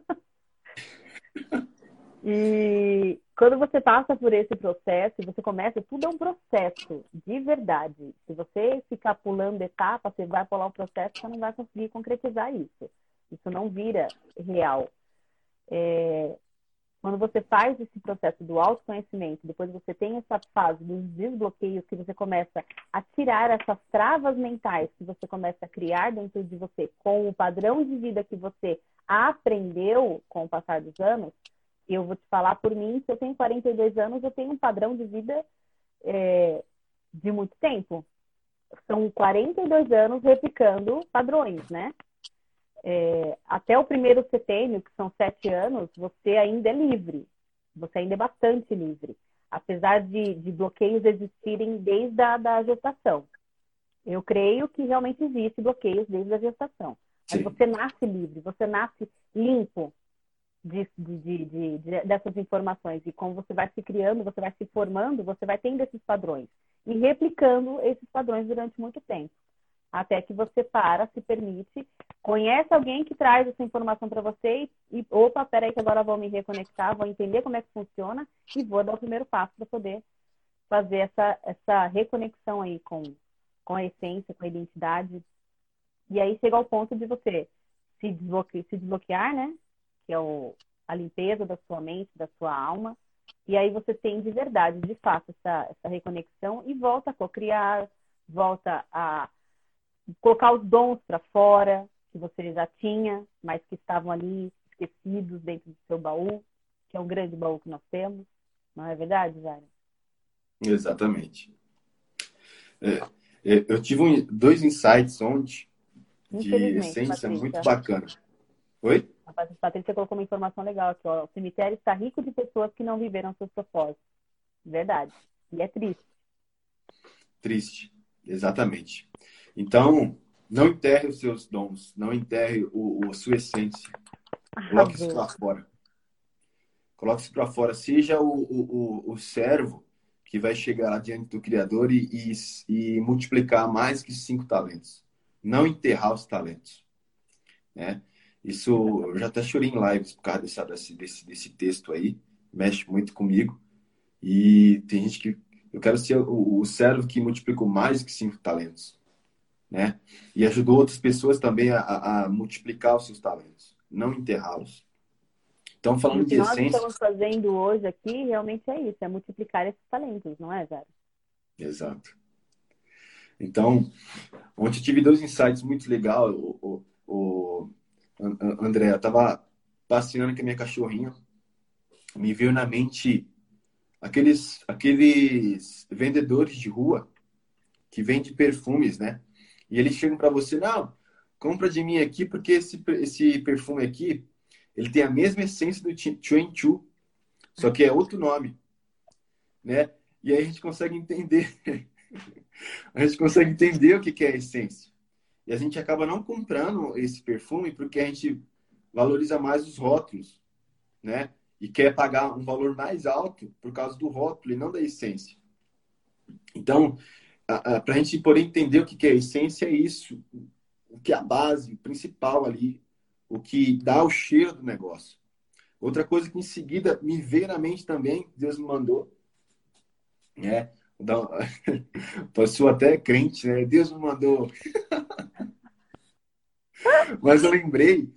Speaker 2: E quando você passa por esse processo, você começa, tudo é um processo, de verdade. Se você ficar pulando etapas, você vai pular o processo, você não vai conseguir concretizar isso. Isso não vira real. Quando você faz esse processo do autoconhecimento, depois você tem essa fase dos desbloqueios, que você começa a tirar essas travas mentais que você começa a criar dentro de você com o padrão de vida que você aprendeu com o passar dos anos. Eu vou te falar por mim, se eu tenho 42 anos, eu tenho um padrão de vida de muito tempo. São 42 anos replicando padrões, né? Até o primeiro setênio, que são 7 anos, você ainda é livre. Você ainda é bastante livre. Apesar de bloqueios existirem desde a gestação. Eu creio que realmente existe bloqueios desde a gestação. Mas você nasce livre, você nasce limpo dessas informações. E como você vai se criando, você vai se formando, você vai tendo esses padrões. E replicando esses padrões durante muito tempo. Até que você se permite, conhece alguém que traz essa informação para você e opa, peraí que agora eu vou me reconectar, vou entender como é que funciona e vou dar o primeiro passo para poder fazer essa reconexão aí com a essência, com a identidade. E aí chega ao ponto de você se desbloquear, né? Que é a limpeza da sua mente, da sua alma. E aí você tem de verdade, de fato, essa reconexão e volta a cocriar, volta a colocar os dons para fora, que você já tinha, mas que estavam ali esquecidos dentro do seu baú, que é um grande baú que nós temos. Não é verdade, Jair?
Speaker 3: Exatamente. Eu tive 2 insights ontem de essência muito bacana. Oi?
Speaker 2: A Patrícia colocou uma informação legal aqui, ó. O cemitério está rico de pessoas que não viveram seus propósitos. Verdade. E é triste.
Speaker 3: Triste. Exatamente. Então, não enterre os seus dons, não enterre a sua essência. Coloque isso para fora. Coloque isso para fora. Seja o servo que vai chegar diante do Criador e multiplicar mais que 5 talentos. Não enterrar os talentos. Né? Isso, eu já até chorei em lives por causa desse texto aí. Mexe muito comigo. E tem gente que... Eu quero ser o servo que multiplicou mais que 5 talentos. Né? E ajudou outras pessoas também a multiplicar os seus talentos. Não enterrá-los. Então, falando de essência... O que nós
Speaker 2: estamos fazendo hoje aqui realmente é isso. É multiplicar esses talentos, não é, Zara?
Speaker 3: Exato. Então, ontem eu tive 2 insights muito legais. André, eu estava passeando com a minha cachorrinha. Me veio na mente aqueles vendedores de rua que vendem perfumes, né? E eles chegam para você, não, compra de mim aqui porque esse perfume aqui, ele tem a mesma essência do Chuan Chu, só que é outro nome, né? E aí a gente consegue entender, o que é a essência. E a gente acaba não comprando esse perfume porque a gente valoriza mais os rótulos, né? E quer pagar um valor mais alto por causa do rótulo e não da essência. Então, para a gente poder entender o que é a essência, é isso. O que é a base, o principal ali, o que dá o cheiro do negócio. Outra coisa que em seguida me veio na mente também, Deus me mandou, né? Sou até crente, né? Deus me mandou. Mas eu lembrei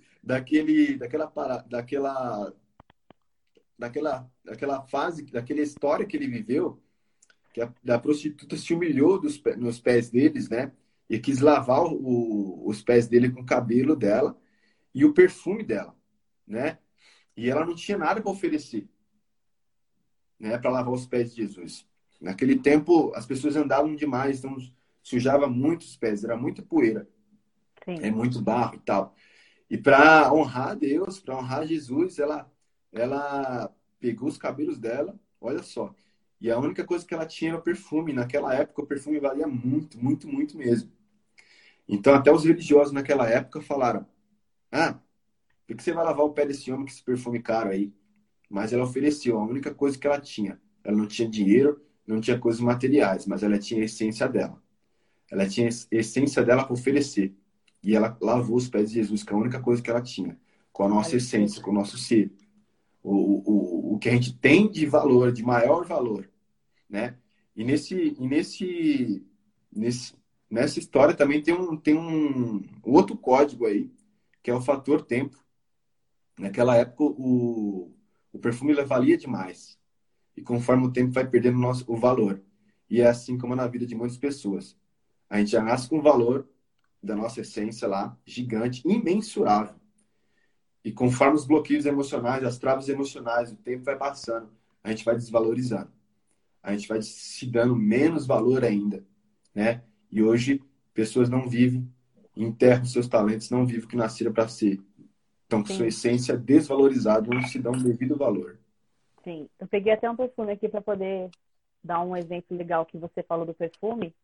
Speaker 3: daquela fase, daquela história que ele viveu, que da prostituta se humilhou nos pés deles, né? E quis lavar os pés dele com o cabelo dela e o perfume dela, né? E ela não tinha nada para oferecer, né? Para lavar os pés de Jesus. Naquele tempo, as pessoas andavam demais, então sujava muito os pés, era muita poeira,
Speaker 2: Sim.
Speaker 3: muito barro e tal. E para honrar a Deus, para honrar Jesus, ela pegou os cabelos dela, olha só. E a única coisa que ela tinha era o perfume. Naquela época, o perfume valia muito, muito, muito mesmo. Então, até os religiosos naquela época falaram: Ah, por que você vai lavar o pé desse homem com esse perfume caro aí? Mas ela ofereceu a única coisa que ela tinha. Ela não tinha dinheiro, não tinha coisas materiais, mas ela tinha a essência dela. Ela tinha a essência dela para oferecer. E ela lavou os pés de Jesus, que é a única coisa que ela tinha. Com a nossa essência, com o nosso ser. O que a gente tem de valor, de maior valor, né? E nessa história também tem um outro código aí, que é o fator tempo. Naquela época, o perfume valia demais. E conforme o tempo vai perdendo o valor. E é assim como na vida de muitas pessoas. A gente já nasce com o valor da nossa essência lá, gigante, imensurável. E conforme os bloqueios emocionais, as travas emocionais, o tempo vai passando, a gente vai desvalorizando. A gente vai se dando menos valor ainda, né? E hoje, pessoas não vivem, enterram seus talentos, não vivem o que nasceram para ser. Estão com sua
Speaker 2: Sim,
Speaker 3: essência desvalorizada, não se dão o devido valor.
Speaker 2: sim. Eu peguei até um perfume aqui para poder dar um exemplo legal que você falou do perfume.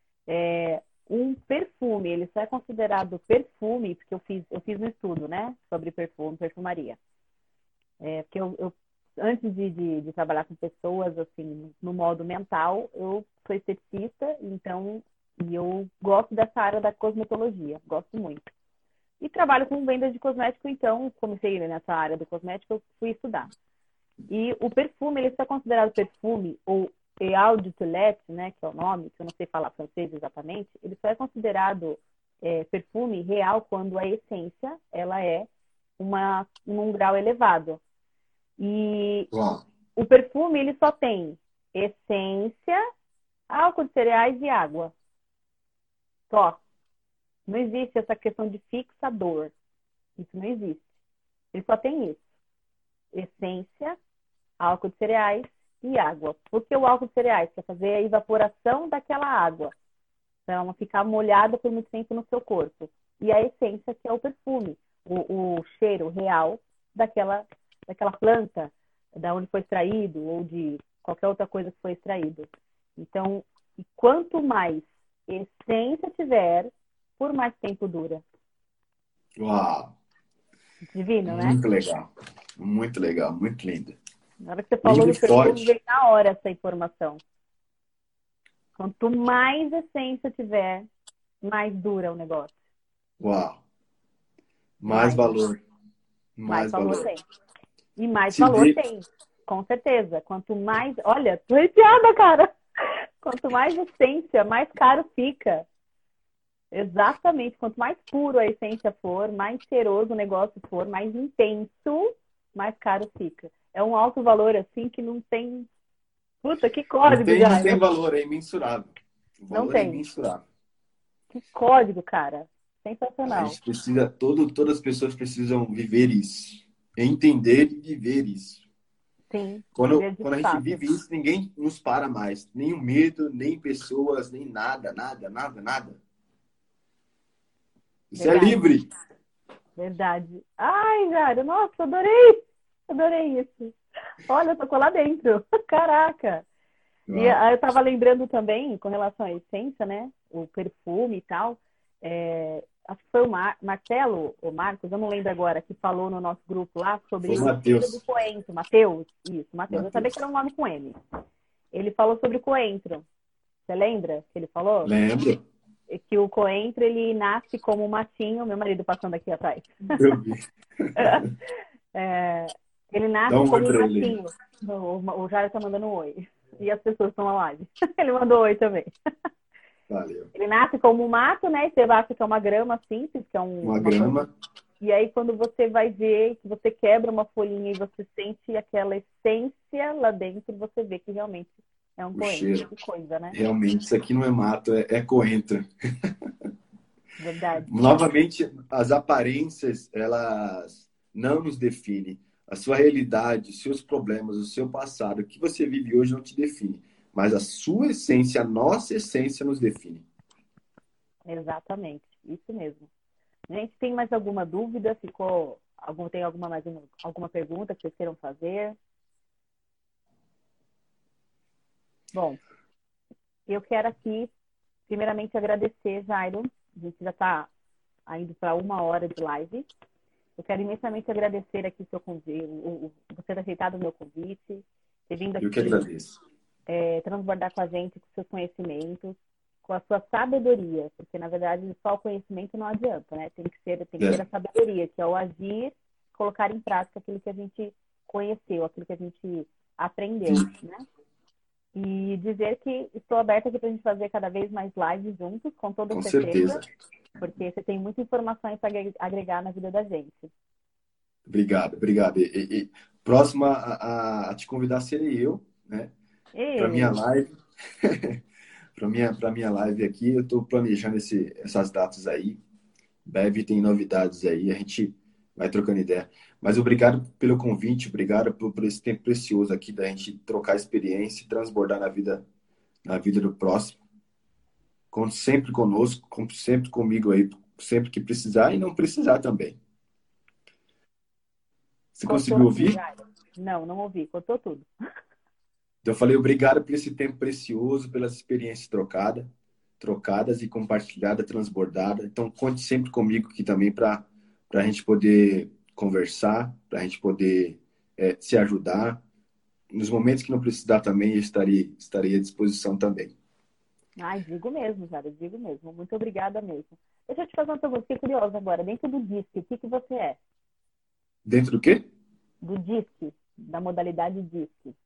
Speaker 2: Um perfume, ele só é considerado perfume, porque eu fiz um estudo, né, sobre perfume, perfumaria. Porque antes de trabalhar com pessoas, assim, no modo mental, eu sou esteticista, então, e eu gosto dessa área da cosmetologia, gosto muito. E trabalho com venda de cosmético, então, comecei nessa área do cosmético, eu fui estudar. E o perfume, ele só é considerado perfume, ou eau de toilette, né, que é o nome, que eu não sei falar francês exatamente, ele só é considerado perfume real quando a essência, ela é um grau elevado. E
Speaker 3: Uau.
Speaker 2: o perfume, ele só tem essência, álcool de cereais e água. Só. Não existe essa questão de fixador. Isso não existe. Ele só tem isso. Essência, álcool de cereais e água. Porque o álcool de cereais quer fazer a evaporação daquela água, para ela não ficar molhada por muito tempo no seu corpo. E a essência, que é o perfume, o cheiro real daquela planta, da onde foi extraído, ou de qualquer outra coisa que foi extraído. Então, quanto mais essência tiver, por mais tempo dura.
Speaker 3: Uau.
Speaker 2: Divino, né?
Speaker 3: Muito legal. Muito legal, muito lindo.
Speaker 2: Na hora que você falou
Speaker 3: Lindo e
Speaker 2: do perfume,
Speaker 3: forte.
Speaker 2: veio na hora essa informação. Quanto mais essência tiver, mais dura o negócio.
Speaker 3: Uau. Mais
Speaker 2: Mais, né?
Speaker 3: valor.
Speaker 2: Mais
Speaker 3: Mais
Speaker 2: valor
Speaker 3: valor.
Speaker 2: tem. E mais
Speaker 3: Se
Speaker 2: valor
Speaker 3: vê.
Speaker 2: tem, com certeza. Quanto mais. Olha, tô arrepiada, cara. Quanto mais essência, mais caro fica. Exatamente. Quanto mais puro a essência for, mais cheiroso o negócio for, mais intenso, mais caro fica. É um alto valor, assim, que não tem. Puta, que código,
Speaker 3: Não tem
Speaker 2: Jairo.
Speaker 3: valor, é imensurável. O
Speaker 2: Não
Speaker 3: valor é
Speaker 2: tem.
Speaker 3: imensurável.
Speaker 2: Que código, cara.
Speaker 3: A
Speaker 2: Sensacional.
Speaker 3: gente precisa, todas as pessoas precisam viver isso. Entender e viver isso.
Speaker 2: Sim,
Speaker 3: Quando,
Speaker 2: viver de
Speaker 3: quando a gente
Speaker 2: fato.
Speaker 3: vive isso, ninguém nos para mais. Nem o medo, nem pessoas, nem nada, nada, nada, nada. Você é
Speaker 2: Verdade,
Speaker 3: livre.
Speaker 2: verdade. Ai, Jairo, nossa, adorei. Adorei isso. Olha, eu tô lá dentro. Caraca. E
Speaker 3: Uau.
Speaker 2: aí eu tava lembrando também, com relação à essência, né? O perfume e tal. Acho que foi o Marcelo, ou Marcos, eu não lembro agora, que falou no nosso grupo lá
Speaker 3: Foi
Speaker 2: sobre
Speaker 3: o
Speaker 2: o cheiro do
Speaker 3: Matheus.
Speaker 2: coentro. Matheus? Isso, Matheus. Eu sabia que
Speaker 3: Matheus.
Speaker 2: era um nome com M. Ele falou sobre o coentro. Você lembra que ele falou?
Speaker 3: Lembro.
Speaker 2: Que o coentro, ele nasce como um matinho. Meu marido passando aqui atrás.
Speaker 3: Eu vi.
Speaker 2: É, ele
Speaker 3: Dá
Speaker 2: nasce
Speaker 3: um oi
Speaker 2: como um
Speaker 3: pra ele aí.
Speaker 2: matinho. O Jairo tá mandando um oi. E as pessoas estão na live. Ele mandou oi também.
Speaker 3: Valeu.
Speaker 2: Ele nasce como um mato, né? E você acha que é uma grama simples, que é
Speaker 3: Uma
Speaker 2: uma coisa.
Speaker 3: grama.
Speaker 2: E aí, quando você vai ver, que você quebra uma folhinha e você sente aquela essência lá dentro, você vê que realmente é um
Speaker 3: O
Speaker 2: coentro.
Speaker 3: cheiro.
Speaker 2: Que coisa, né?
Speaker 3: Realmente, isso aqui não é mato, é coentro.
Speaker 2: Verdade.
Speaker 3: Novamente, as aparências, elas não nos definem. A sua realidade, os seus problemas, o seu passado, o que você vive hoje não te define. Mas a sua essência, a nossa essência nos define.
Speaker 2: Exatamente. Isso mesmo. Gente, tem mais alguma dúvida? Tem alguma pergunta que vocês queiram fazer? Bom, eu quero aqui, primeiramente, agradecer, Jairo. A gente já está indo para 1 hora de live. Eu quero imensamente agradecer aqui seu convite, você ter aceitado o meu convite, ter vindo
Speaker 3: Eu que
Speaker 2: aqui
Speaker 3: agradeço.
Speaker 2: transbordar com a gente, com seus conhecimentos, com a sua sabedoria, porque na verdade só o conhecimento não adianta, né? Tem que ter a sabedoria, que é o agir, colocar em prática aquilo que a gente conheceu, aquilo que a gente aprendeu, né? E dizer que estou aberta aqui para a gente fazer cada vez mais lives juntos, com toda
Speaker 3: Com
Speaker 2: certeza,
Speaker 3: certeza.
Speaker 2: porque você tem muita informação para agregar na vida da gente.
Speaker 3: Obrigado, obrigado. Próxima a te convidar serei eu, né? Para minha live. Para minha live aqui, eu estou planejando essas datas aí. Breve tem novidades aí, a gente vai trocando ideia. Mas obrigado pelo convite, obrigado por esse tempo precioso aqui da gente trocar experiência e transbordar na vida do próximo. Conte sempre conosco, conte sempre comigo aí, sempre que precisar e não precisar também. Você
Speaker 2: Cortou
Speaker 3: conseguiu
Speaker 2: aqui,
Speaker 3: ouvir?
Speaker 2: Jairo? Não ouvi, cortou tudo.
Speaker 3: Então, eu falei obrigado por esse tempo precioso, pelas experiências trocadas e compartilhadas, transbordadas. Então, conte sempre comigo aqui também para a gente poder conversar, para a gente poder se ajudar. Nos momentos que não precisar também, eu estarei à disposição também.
Speaker 2: Ai, digo mesmo, Jairo, digo mesmo. Muito obrigada mesmo. Deixa eu te fazer uma pergunta, fiquei curiosa agora. Dentro do DISC, o que você é?
Speaker 3: Dentro do quê?
Speaker 2: Do DISC, da modalidade DISC.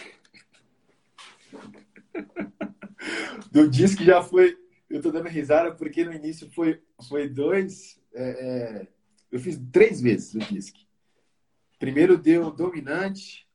Speaker 3: Do disco já foi. Eu tô dando risada porque no início foi dois. Eu fiz 3 vezes o disco. Primeiro deu dominante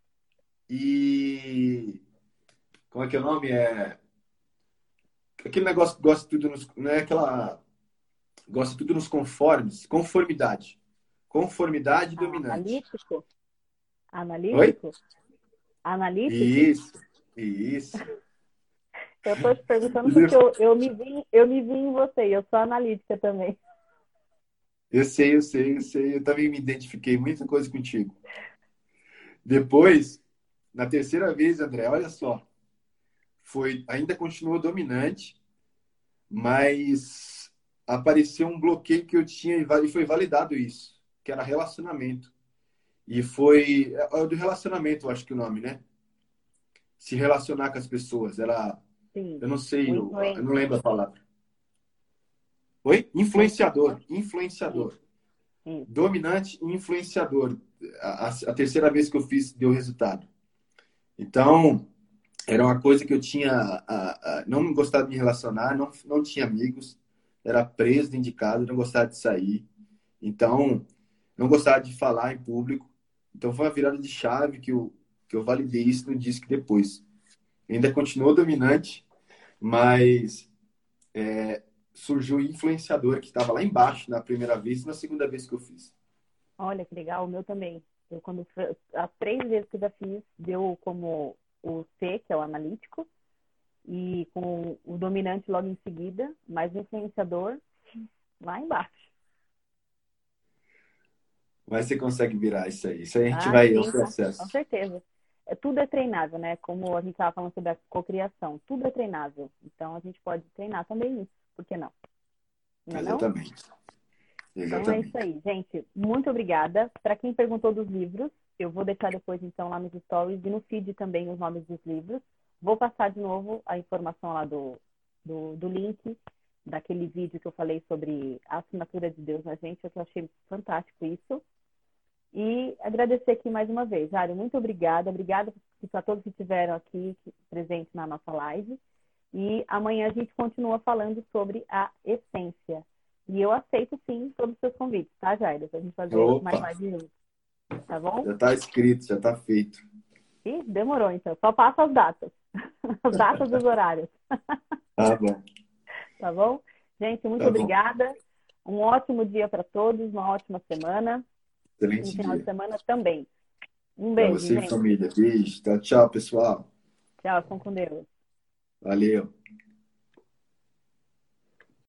Speaker 3: e. Como é que é o nome? Aquele negócio que gosta tudo nos. Não é aquela. Gosta tudo nos conformes. Conformidade. Conformidade dominante.
Speaker 2: Analítico?
Speaker 3: Oi?
Speaker 2: Analítico? Analítico?
Speaker 3: Isso.
Speaker 2: Eu tô te perguntando porque eu me vi em você, eu sou analítica também.
Speaker 3: Eu sei. Eu também me identifiquei muita coisa contigo. Depois, na terceira vez, André, olha só. Ainda continuou dominante, mas apareceu um bloqueio que eu tinha e foi validado isso, que era relacionamento. E foi o do relacionamento, eu acho que o nome, né? Se relacionar com as pessoas.
Speaker 2: Sim,
Speaker 3: Eu não sei,
Speaker 2: o
Speaker 3: eu não lembro a
Speaker 2: influencer.
Speaker 3: palavra. Oi? Influenciador.
Speaker 2: Isso,
Speaker 3: Influenciador.
Speaker 2: isso.
Speaker 3: Dominante e influenciador. A terceira vez que eu fiz deu resultado. Então, era uma coisa que eu tinha, não gostava de me relacionar, não tinha amigos, era preso dentro de casa, não gostava de sair. Então, não gostava de falar em público. Então, foi uma virada de chave que eu validei isso no disco depois. Ainda continuou dominante, mas surgiu o influenciador que estava lá embaixo na primeira vez e na segunda vez que eu fiz.
Speaker 2: Olha que legal, o meu também. As 3 vezes que eu já fiz, deu como o C, que é o analítico, e com o dominante logo em seguida, mas o influenciador lá embaixo.
Speaker 3: Mas você consegue virar isso aí. Isso aí a gente
Speaker 2: Ah,
Speaker 3: vai, é o
Speaker 2: sim, com
Speaker 3: processo.
Speaker 2: certeza. Tudo é treinável, né? Como a gente estava falando sobre a cocriação, tudo é treinável. Então a gente pode treinar também isso, por que não? Não é não?
Speaker 3: Exatamente.
Speaker 2: Então é isso aí, gente. Muito obrigada. Para quem perguntou dos livros, eu vou deixar depois então lá nos stories e no feed também os nomes dos livros. Vou passar de novo a informação lá do link, daquele vídeo que eu falei sobre a assinatura de Deus na gente, que eu achei fantástico isso. E agradecer aqui mais uma vez. Jário, muito obrigada. Obrigada para todos que estiveram aqui presentes na nossa live. E amanhã a gente continua falando sobre a essência. E eu aceito, sim, todos os seus convites, tá, Jairo? Pra gente fazer mais
Speaker 3: Opa,
Speaker 2: live juntos. Tá bom?
Speaker 3: já está escrito, já está feito.
Speaker 2: Ih, demorou, então. Só passa as datas. As datas dos horários.
Speaker 3: Tá bom,
Speaker 2: Tá bom? Gente, muito
Speaker 3: tá bom.
Speaker 2: obrigada. Um ótimo dia para todos, uma ótima semana. Um
Speaker 3: Excelente
Speaker 2: final de
Speaker 3: dia.
Speaker 2: semana também. Um
Speaker 3: Para
Speaker 2: beijo,
Speaker 3: você e
Speaker 2: gente.
Speaker 3: família. Beijo. Tchau, tchau, pessoal.
Speaker 2: Tchau, fiquem com Deus.
Speaker 3: Valeu.